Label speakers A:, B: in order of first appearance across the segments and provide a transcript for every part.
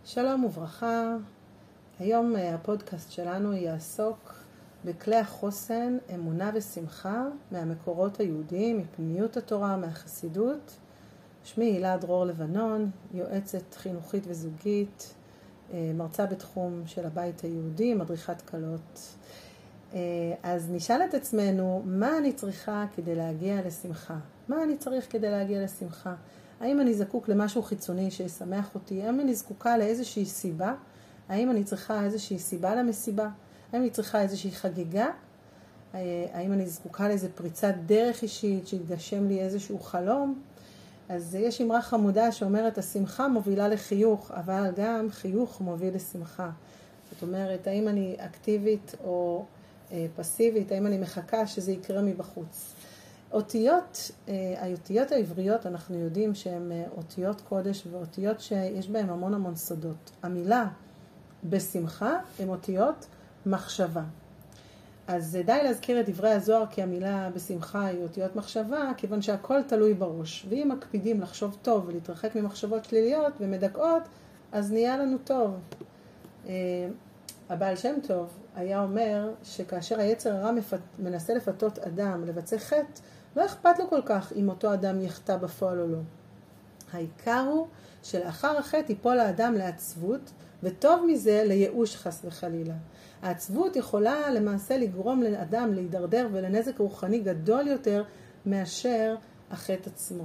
A: שלום וברכה. היום הפודקאסט שלנו יעסוק בכלי החוסן, אמונה ושמחה מהמקורות היהודיים, מפנימיות התורה, מהחסידות. שמי הילה דרור לבנון, יועצת חינוכית וזוגית, מרצה בתחום של הבית היהודי, מדריכת קלות. אז נשאל את עצמנו, מה אני צריכה כדי להגיע לשמחה? מה אני צריך כדי להגיע לשמחה? האם אני זקוק למשהו חיצוני שישמח אותי? האם אני זקוקה לאיזושהי סיבה? האם אני צריכה איזושהי סיבה למסיבה? האם אני צריכה איזושהי חגיגה? האם אני זקוקה לאיזו פריצת דרך אישית שיתגשם לי איזשהו חלום? אז יש אמרה חמודה שאומרת, השמחה מובילה לחיוך, אבל גם חיוך מוביל לשמחה. זאת אומרת, האם אני אקטיבית או פסיבית? האם אני מחכה שזה יקרה מבחוץ? האותיות העבריות, אנחנו יודעים שהן אותיות קודש ואותיות שיש בהן המון סודות. המילה בשמחה הן אותיות מחשבה. אז די להזכיר את דברי הזוהר, כי המילה בשמחה היא אותיות מחשבה, כיוון שהכל תלוי בראש. ואם מקפידים לחשוב טוב ולהתרחק ממחשבות שליליות ומדכאות, אז נהיה לנו טוב. הבעל שם טוב היה אומר שכאשר היצר הרע מנסה לפתות אדם לבצע חטא, לא אכפת לו כל כך אם אותו אדם יחטא בפועל או לא. העיקר הוא שלאחר החטא ייפול האדם לעצבות, וטוב מזה לייאוש חס וחלילה. העצבות יכולה למעשה לגרום לאדם להידרדר ולנזק רוחני גדול יותר מאשר החטא עצמו.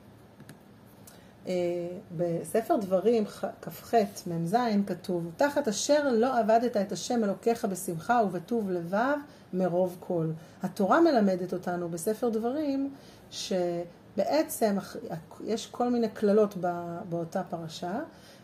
A: בספר דברים כ"ח מ"ז כתוב, תחת אשר לא עבדת את השם אלוקיך בשמחה ובטוב לבב מרוב כל. התורה מלמדת אותנו בספר דברים שבעצם יש כל מיני כללות באותה פרשה,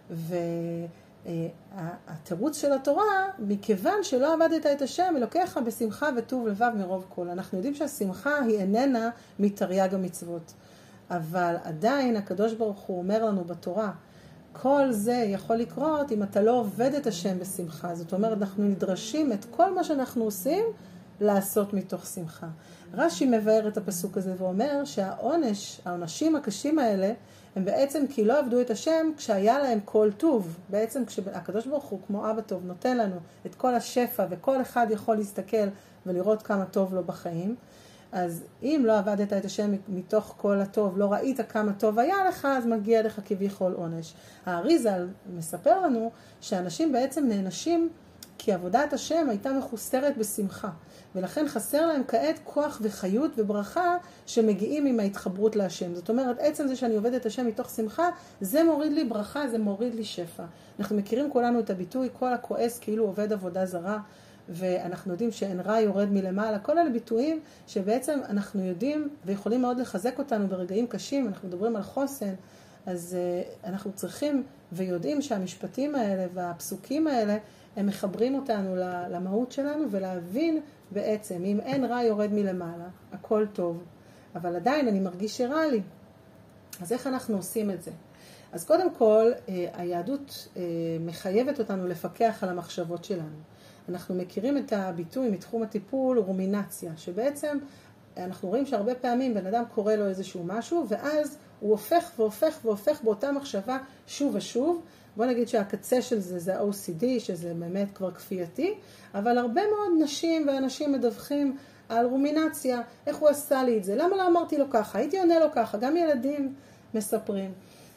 A: והתירוץ של התורה, מכיוון שלא עבדת את השם אלוקיך בשמחה וטוב לבב מרוב כל. אנחנו יודעים שהשמחה היא איננה מתרי"ג המצוות. אבל עדיין הקדוש ברוך הוא אומר לנו בתורה, כל זה יכול לקרות אם אתה לא עובד את השם בשמחה. זאת אומרת, אנחנו נדרשים את כל מה שאנחנו עושים לעשות מתוך שמחה. רש"י מבאר את הפסוק הזה ואומר שהעונשים הקשים האלה הם בעצם כי לא עבדו את השם כשהיה להם כל טוב. בעצם כשהקדוש ברוך הוא כמו אבא טוב נותן לנו את כל השפע וכל אחד יכול להסתכל ולראות כמה טוב לו בחיים. אז אם לא עבדת את השם מתוך כל הטוב, לא ראית כמה טוב היה לך, אז מגיע לך כביכול עונש. האריז"ל מספר לנו שאנשים בעצם נענשים כי עבודת השם הייתה מחוסרת בשמחה. ולכן חסר להם כעת כוח וחיות וברכה שמגיעים עם ההתחברות להשם. זאת אומרת, עצם זה שאני עובד את השם מתוך שמחה, זה מוריד לי ברכה, זה מוריד לי שפע. אנחנו מכירים כולנו את הביטוי, כל הכועס כאילו עובד עבודה זרה. ואנחנו יודעים שאין רע יורד מלמעלה. כל אלה ביטויים שבעצם אנחנו יודעים ויכולים מאוד לחזק אותנו ברגעים קשים. אנחנו מדברים על חוסן, אז אנחנו צריכים ויודעים שהמשפטים האלה והפסוקים האלה הם מחברים אותנו למהות שלנו, ולהבין בעצם אם אין רע יורד מלמעלה, הכל טוב, אבל עדיין אני מרגיש שרע לי. אז איך אנחנו עושים את זה? אז קודם כל, היהדות מחייבת אותנו לפקח על המחשבות שלנו. אנחנו מכירים את הביטוי מתחום הטיפול רומינציה, שבעצם אנחנו רואים שהרבה פעמים בן אדם קורא לו איזשהו משהו, ואז הוא הופך באותה מחשבה שוב ושוב. בוא נגיד שהקצה של זה ה-OCD, שזה באמת כבר כפייתי, אבל הרבה מאוד נשים ואנשים מדווחים על רומינציה, איך הוא עשה לי את זה, למה לא אמרתי לו ככה, הייתי עונה לו ככה, גם ילדים מספרים.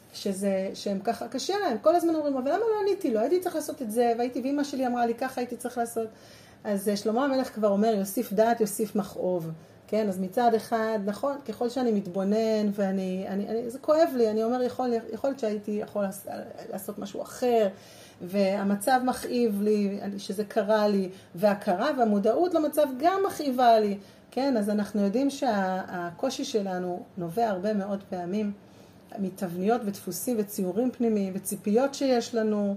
A: שהם ככה קשה להם, כל הזמן אומרים, אבל למה לא עניתי לו, הייתי צריך לעשות את זה, ואמא שלי אמרה לי ככה, הייתי צריך לעשות. אז שלמה המלך כבר אומר, יוסיף דעת, יוסיף מכאוב. כן, אז מצד אחד, נכון, ככל שאני מתבונן, זה כואב לי, אני אומר, יכול להיות שהייתי יכול לעשות משהו אחר, והמצב מכאיב לי, שזה קרה לי, וההכרה והמודעות למצב גם מכאיבה לי. כן, אז אנחנו יודעים שהקושי שלנו נובע הרבה מאוד פעמים, מתבניות ודפוסים וציורים פנימיים וציפיות שיש לנו,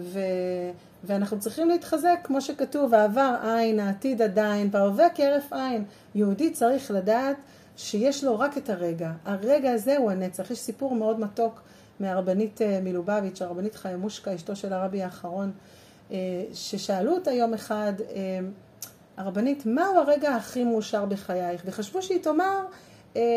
A: ואנחנו צריכים להתחזק כמו שכתוב, העבר עין, העתיד עדיין, בהווה כהרף עין. יהודי צריך לדעת שיש לו רק את הרגע. הרגע הזה הוא הנצח. יש סיפור מאוד מתוק מהרבנית מלובביץ', הרבנית חיימושקה, אשתו של הרבי האחרון, ששאלו אותה יום אחד, הרבנית, מהו הרגע הכי מאושר בחייך? וחשבו שהיא תאמר,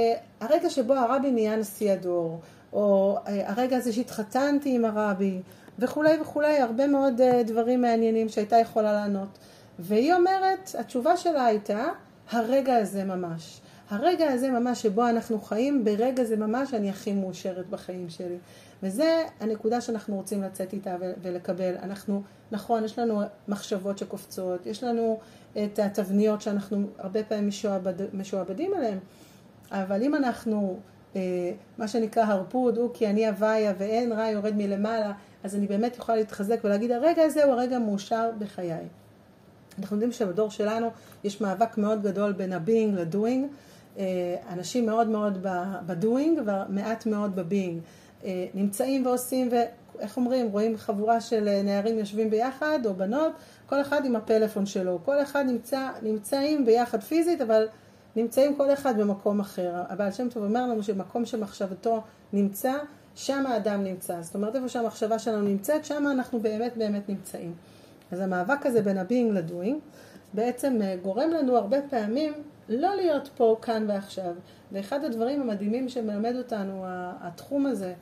A: הרגע שבו הרבי נהיה נשיא הדור, או הרגע הזה שהתחתנתי עם הרבי, וכולי וכולי, הרבה מאוד דברים מעניינים שהייתה יכולה לענות. והיא אומרת, התשובה שלה הייתה, הרגע הזה ממש. הרגע הזה ממש שבו אנחנו חיים, ברגע זה ממש אני הכי מאושרת בחיים שלי. וזה הנקודה שאנחנו רוצים לצאת איתה ולקבל. אנחנו, נכון, יש לנו מחשבות שקופצות, יש לנו את התבניות שאנחנו הרבה פעמים משועבדים עליהן, אבל אם אנחנו, מה שנקרא הרפוד, הוא כי אני הוויה ואין רע יורד מלמעלה, אז אני באמת יכולה להתחזק ולהגיד, הרגע הזה הוא הרגע מאושר בחיי. אנחנו יודעים שבדור שלנו יש מאבק מאוד גדול בין ה-being ל-doing, אנשים מאוד מאוד ב-doing ומעט מאוד ב-being. נמצאים ועושים, ואיך אומרים, רואים חבורה של נערים יושבים ביחד או בנות, כל אחד עם הפלאפון שלו, כל אחד נמצאים ביחד פיזית, אבל נמצאים כל אחד במקום אחר. הבעל שם טוב אומר לנו שמקום שמחשבתו נמצא, שם האדם נמצא. זאת אומרת, איפה שהמחשבה שלנו נמצאת, שם אנחנו באמת באמת נמצאים. אז המאבק הזה בין ה-being ל-doing, בעצם גורם לנו הרבה פעמים לא להיות פה כאן ועכשיו. ואחד הדברים המדהימים שמלמד אותנו, התחום הזה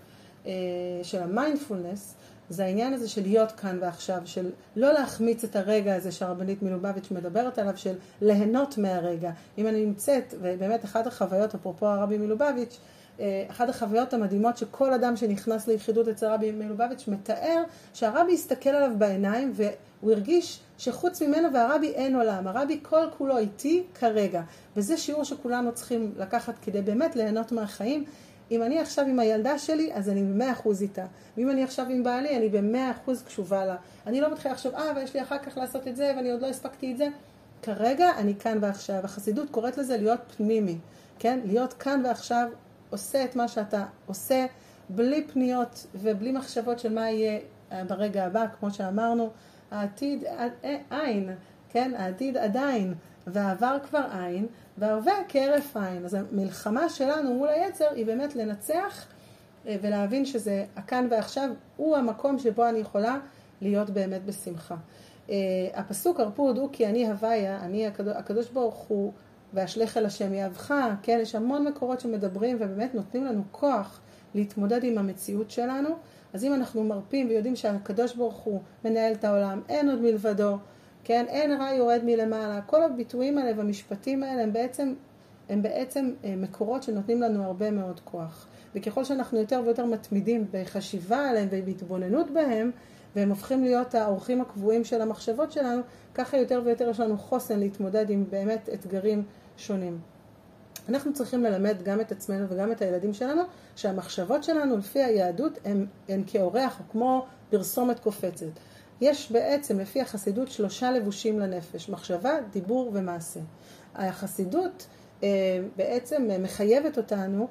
A: של המיינדפולנס, זה העניין הזה של להיות כאן ועכשיו, של לא להחמיץ את הרגע הזה שהרבנית מלובביץ' מדברת עליו, של ליהנות מהרגע. אם אני נמצאת, ובאמת אחת החוויות, אפרופו הרבי מלובביץ', אחת החוויות המדהימות שכל אדם שנכנס ליחידות אצל הרבי מלובביץ' מתאר, שהרבי הסתכל עליו בעיניים והוא הרגיש שחוץ ממנו והרבי אין עולם. הרבי כל כולו איתי כרגע. וזה שיעור שכולנו צריכים לקחת כדי באמת ליהנות מהחיים. אם אני עכשיו עם הילדה שלי, אז אני ב100% איתה. ואם אני עכשיו עם בעלי, אני ב100% קשובה לה. אני לא מתחילה עכשיו, ויש לי אחר כך לעשות את זה, ואני עוד לא הספקתי את זה. כרגע אני כאן ועכשיו. החסידות קוראת לזה להיות פנימי. כן? להיות כאן ועכשיו, עושה את מה שאתה עושה, בלי פניות ובלי מחשבות של מה יהיה ברגע הבא, כמו שאמרנו, העתיד עין, כן? העתיד עדיין, והעבר כבר עין, וההווה כהרף עין. אז המלחמה שלנו מול היצר היא באמת לנצח ולהבין שזה הכאן ועכשיו, הוא המקום שבו אני יכולה להיות באמת בשמחה. הפסוק הרפוד הוא כי אני הוויה, אני הקדוש ברוך הוא, והשלך אל השם יאהבך, כן, יש המון מקורות שמדברים ובאמת נותנים לנו כוח להתמודד עם המציאות שלנו. אז אם אנחנו מרפים ויודעים שהקדוש ברוך הוא מנהל את העולם, אין עוד מלבדו, כן, אין רע יורד מלמעלה, כל הביטויים האלה והמשפטים האלה הם בעצם מקורות שנותנים לנו הרבה מאוד כוח. וככל שאנחנו יותר ויותר מתמידים בחשיבה עליהם ובהתבוננות בהם, והם הופכים להיות האורחים הקבועים של המחשבות שלנו, ככה יותר ויותר יש לנו חוסן להתמודד עם באמת אתגרים שונים. אנחנו צריכים ללמד גם את עצמנו וגם את הילדים שלנו, שהמחשבות שלנו לפי היהדות הן כאורח או כמו פרסומת קופצת. יש בעצם לפי החסידות 3 לבושים לנפש, מחשבה, דיבור ומעשה. החסידות בעצם מחייבת אותנו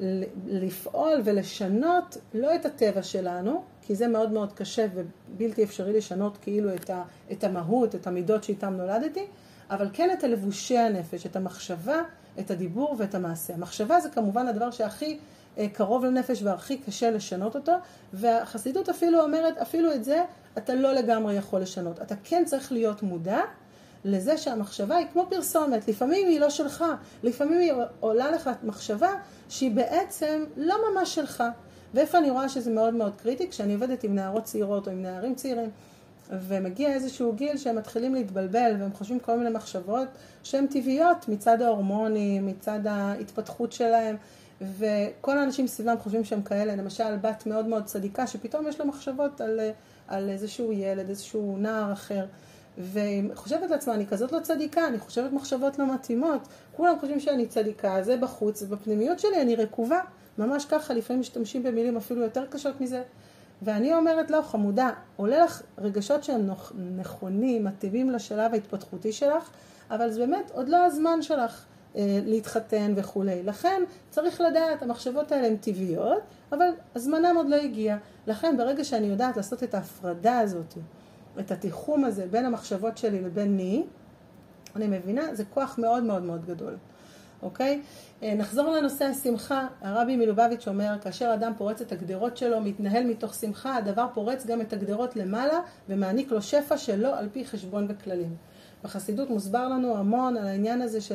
A: לפעול ולשנות לא את הטבע שלנו, כי זה מאוד מאוד קשה ובלתי אפשרי לשנות כאילו את המהות, את המידות שאיתם נולדתי, אבל כן את הלבושי הנפש, את המחשבה, את הדיבור ואת המעשה. המחשבה זה כמובן הדבר שהכי קרוב לנפש והכי קשה לשנות אותו, והחסידות אפילו אומרת, אפילו את זה אתה לא לגמרי יכול לשנות. אתה כן צריך להיות מודע לזה שהמחשבה היא כמו פרסומת, לפעמים היא לא שלך, לפעמים היא עולה לך מחשבה שהיא בעצם לא ממש שלך. ואיפה אני רואה שזה מאוד מאוד קריטי, כשאני עובדת עם נערות צעירות או עם נערים צעירים, ומגיע איזשהו גיל שהם מתחילים להתבלבל, והם חושבים כל מיני מחשבות שהן טבעיות מצד ההורמונים, מצד ההתפתחות שלהם, וכל האנשים סביבם חושבים שהם כאלה, למשל בת מאוד מאוד צדיקה, שפתאום יש לה מחשבות על איזשהו ילד, איזשהו נער אחר, וחושבת לעצמה, אני כזאת לא צדיקה, אני חושבת מחשבות לא מתאימות, כולם חושבים שאני צדיקה, זה בחוץ, ובפנימיות שלי אני רקובה, ממש ככה, לפעמים משתמשים במילים אפילו יותר קשות מזה, ואני אומרת לו, חמודה, עולה לך רגשות שהם נכונים, מתאימים לשלב ההתפתחותי שלך, אבל זה באמת עוד לא הזמן שלך להתחתן וכו'. לכן צריך לדעת, המחשבות האלה הן טבעיות, אבל הזמנם עוד לא הגיע. לכן ברגע שאני יודעת לעשות את ההפרדה הזאת, את התיחום הזה בין המחשבות שלי לביני, אני מבינה, זה כוח מאוד מאוד מאוד גדול. אוקיי? נחזור לנושא השמחה. הרבי מלובביץ' אומר, כאשר אדם פורץ את הגדרות שלו, מתנהל מתוך שמחה, הדבר פורץ גם את הגדרות למעלה, ומעניק לו שפע שלו על פי חשבון וכללים. בחסידות מוסבר לנו המון על העניין הזה של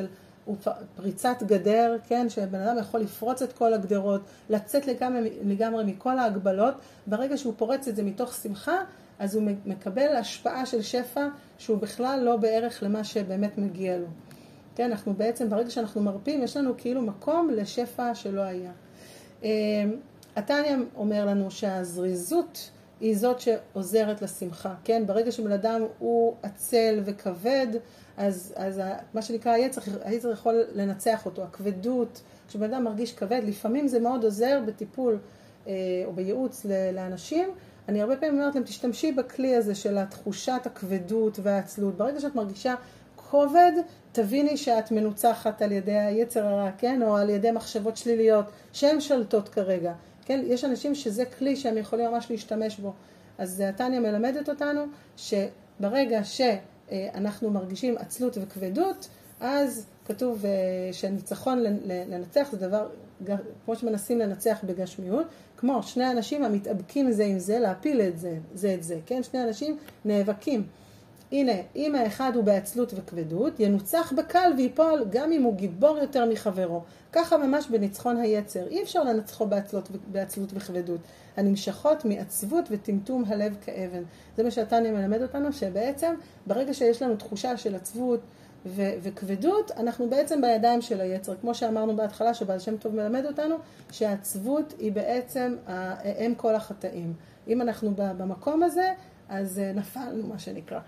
A: הוא פריצת גדר, כן, שבן אדם יכול לפרוץ את כל הגדרות, לצאת לגמרי מכל ההגבלות. ברגע שהוא פורץ את זה מתוך שמחה, אז הוא מקבל השפעה של שפע שהוא בכלל לא בערך למה שבאמת מגיע לו. כן, אנחנו בעצם, ברגע שאנחנו מרפים, יש לנו כאילו מקום לשפע שלא היה. התניא אומר לנו שהזריזות היא זאת שעוזרת לשמחה. כן, ברגע שבן אדם הוא עצל וכבד, אז מה שנקרא היצר יכול לנצח אותו. הכבדות, כשבן אדם מרגיש כבד, לפעמים זה מאוד עוזר בטיפול או בייעוץ לאנשים. אני הרבה פעמים אומרת להם, תשתמשי בכלי הזה של התחושת הכבדות והעצלות. ברגע שאת מרגישה כובד, תביני שאת מנוצחת על ידי היצר הרע, כן? או על ידי מחשבות שליליות שהן שלטות כרגע. כן? יש אנשים שזה כלי שהם יכולים ממש להשתמש בו. אז התניא מלמדת אותנו שברגע שאנחנו מרגישים עצלות וכבדות, אז כתוב שניצחון לנצח זה דבר, כמו שמנסים לנצח בגשמיות, כמו שני אנשים המתאבקים זה עם זה, להפיל את זה, כן? שני אנשים נאבקים. הנה, אם האחד הוא בעצלות וכבדות, ינוצח בקל ויפול גם אם הוא גיבור יותר מחברו. ככה ממש בניצחון היצר. אי אפשר לנצחו בעצלות וכבדות. הנמשכות מעצבות וטמטום הלב כאבן. זה מה שהתניא מלמד אותנו, שבעצם ברגע שיש לנו תחושה של עצבות וכבדות, אנחנו בעצם בידיים של היצר. כמו שאמרנו בהתחלה, שבעל שם טוב מלמד אותנו, שהעצבות היא בעצם הם כל החטאים. אם אנחנו במקום הזה, אז נפלנו, מה שנקרא.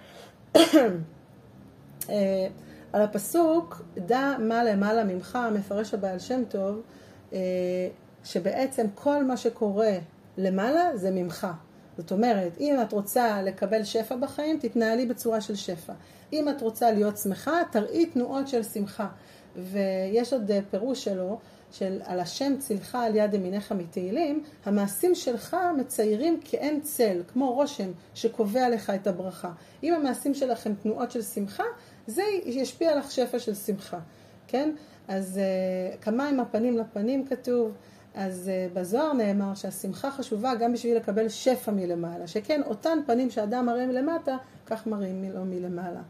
A: על הפסוק, דע מה למעלה ממך, מפרש הבעל שם טוב, שבעצם כל מה שקורה למעלה זה ממך. זאת אומרת, אם את רוצה לקבל שפע בחיים, תתנהלי בצורה של שפע. אם את רוצה להיות שמחה, תראי תנועות של שמחה. ויש עוד פירוש שלו, על השם צילך על יד ימינך מתהילים, המעשים שלך מציירים כאין צל, כמו רושם שקובע לך את הברכה. אם המעשים שלכם תנועות של שמחה, זה ישפיע לך שפע של שמחה. כן? אז כמה עם הפנים לפנים כתוב, אז בזוהר נאמר שהשמחה חשובה גם בשביל לקבל שפע מלמעלה, שכן אותן פנים שאדם מראה מלמטה, כך מראים לו מלמעלה.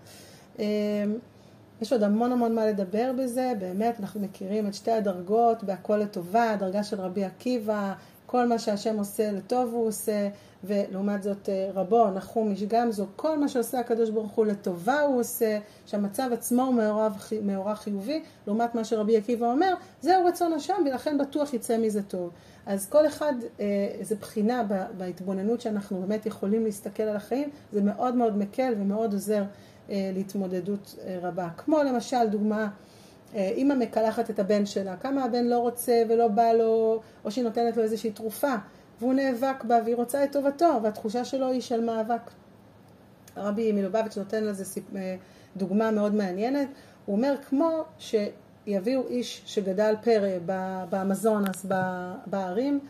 A: יש עוד המון מה לדבר בזה, באמת אנחנו מכירים את שתי הדרגות, בהכל לטובה, הדרגה של רבי עקיבא, כל מה שהשם עושה לטוב הוא עושה, ולעומת זאת רבו, נחום, משגמזו, כל מה שעושה הקדוש ברוך הוא לטובה הוא עושה, שהמצב עצמו הוא מאורע חיובי, לעומת מה שרבי עקיבא אומר, זהו רצון השם ולכן בטוח יצא מזה טוב. אז כל אחד, איזו בחינה בהתבוננות שאנחנו באמת יכולים להסתכל על החיים, זה מאוד מקל ומאוד עוזר להתמודדות רבה. כמו למשל דוגמה, אמא מקלחת את הבן שלה, כמה הבן לא רוצה ולא בא לו, או שהיא נותנת לו איזושהי תרופה, והוא נאבק בה והיא רוצה את טובתו, והתחושה שלו היא של מאבק. הרבי מלובביץ' נותן לזה דוגמה מאוד מעניינת, הוא אומר כמו שיביאו איש שגדל פרא באמזונס, בערים,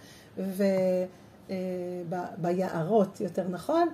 A: ביערות יותר נכון,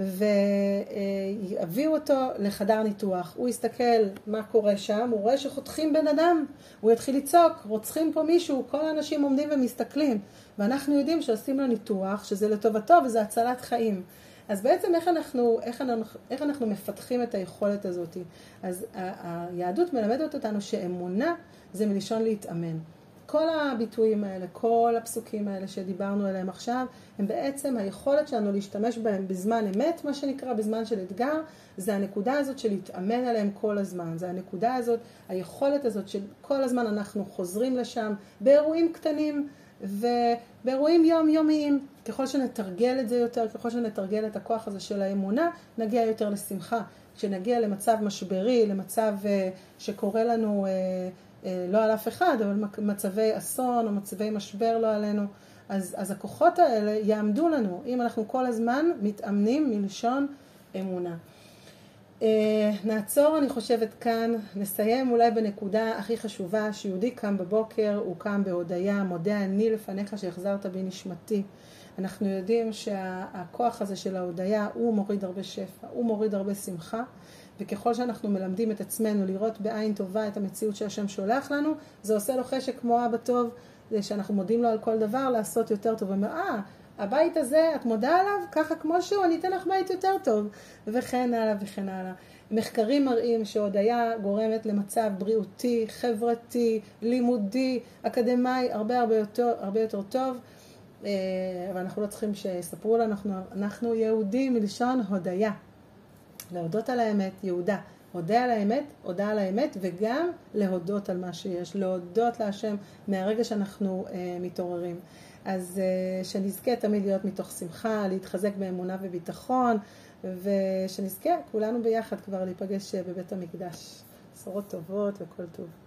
A: ויביאו אותו לחדר ניתוח. הוא יסתכל מה קורה שם, הוא רואה שחותכים בן אדם, הוא יתחיל לצעוק, רוצחים פה מישהו, כל האנשים עומדים ומסתכלים, ואנחנו יודעים שעושים לו ניתוח, שזה לטובתו וזה הצלת חיים. אז בעצם איך אנחנו מפתחים את היכולת הזאת? אז היהדות מלמדת אותנו שאמונה זה מלשון להתאמן. כל הביטויים האלה, כל הפסוקים האלה שדיברנו עליהם עכשיו, הם בעצם היכולת שלנו להשתמש בהם בזמן אמת, מה שנקרא בזמן של אתגר, זה הנקודה הזאת של להתאמן עליהם כל הזמן. זה הנקודה הזאת, היכולת הזאת של כל הזמן אנחנו חוזרים לשם באירועים קטנים ובאירועים יומיומיים. ככל שנתרגל את זה יותר, ככל שנתרגל את הכוח הזה של האמונה, נגיע יותר לשמחה. כשנגיע למצב משברי, למצב שקורה לנו לא על אף אחד, אבל מצבי אסון או מצבי משבר לא עלינו, אז הכוחות האלה יעמדו לנו, אם אנחנו כל הזמן מתאמנים מלשון אמונה. נעצור, אני חושבת כאן, נסיים אולי בנקודה הכי חשובה, שיהודי קם בבוקר, הוא קם בהודיה, מודה אני לפניך שהחזרת בי נשמתי. אנחנו יודעים שהכוח הזה של ההודיה, הוא מוריד הרבה שפע, הוא מוריד הרבה שמחה, וככל שאנחנו מלמדים את עצמנו לראות בעין טובה את המציאות שהשם שולח לנו, זה עושה לו חשק כמו אבא טוב, שאנחנו מודים לו על כל דבר, לעשות יותר טוב. ואומר, הבית הזה, את מודה עליו, ככה כמו שהוא, אני אתן לך בית יותר טוב, וכן הלאה וכן הלאה. מחקרים מראים שהודיה גורמת למצב בריאותי, חברתי, לימודי, אקדמי, הרבה יותר טוב, אבל אנחנו לא צריכים שיספרו לנו, אנחנו יהודים מלשון הודיה. להודות על האמת, יהודה. הודה על האמת, הודה על האמת, וגם להודות על מה שיש, להודות להשם מהרגע שאנחנו מתעוררים. אז שנזכה תמיד להיות מתוך שמחה, להתחזק באמונה וביטחון, ושנזכה כולנו ביחד כבר להיפגש בבית המקדש. בשורות טובות וכל טוב.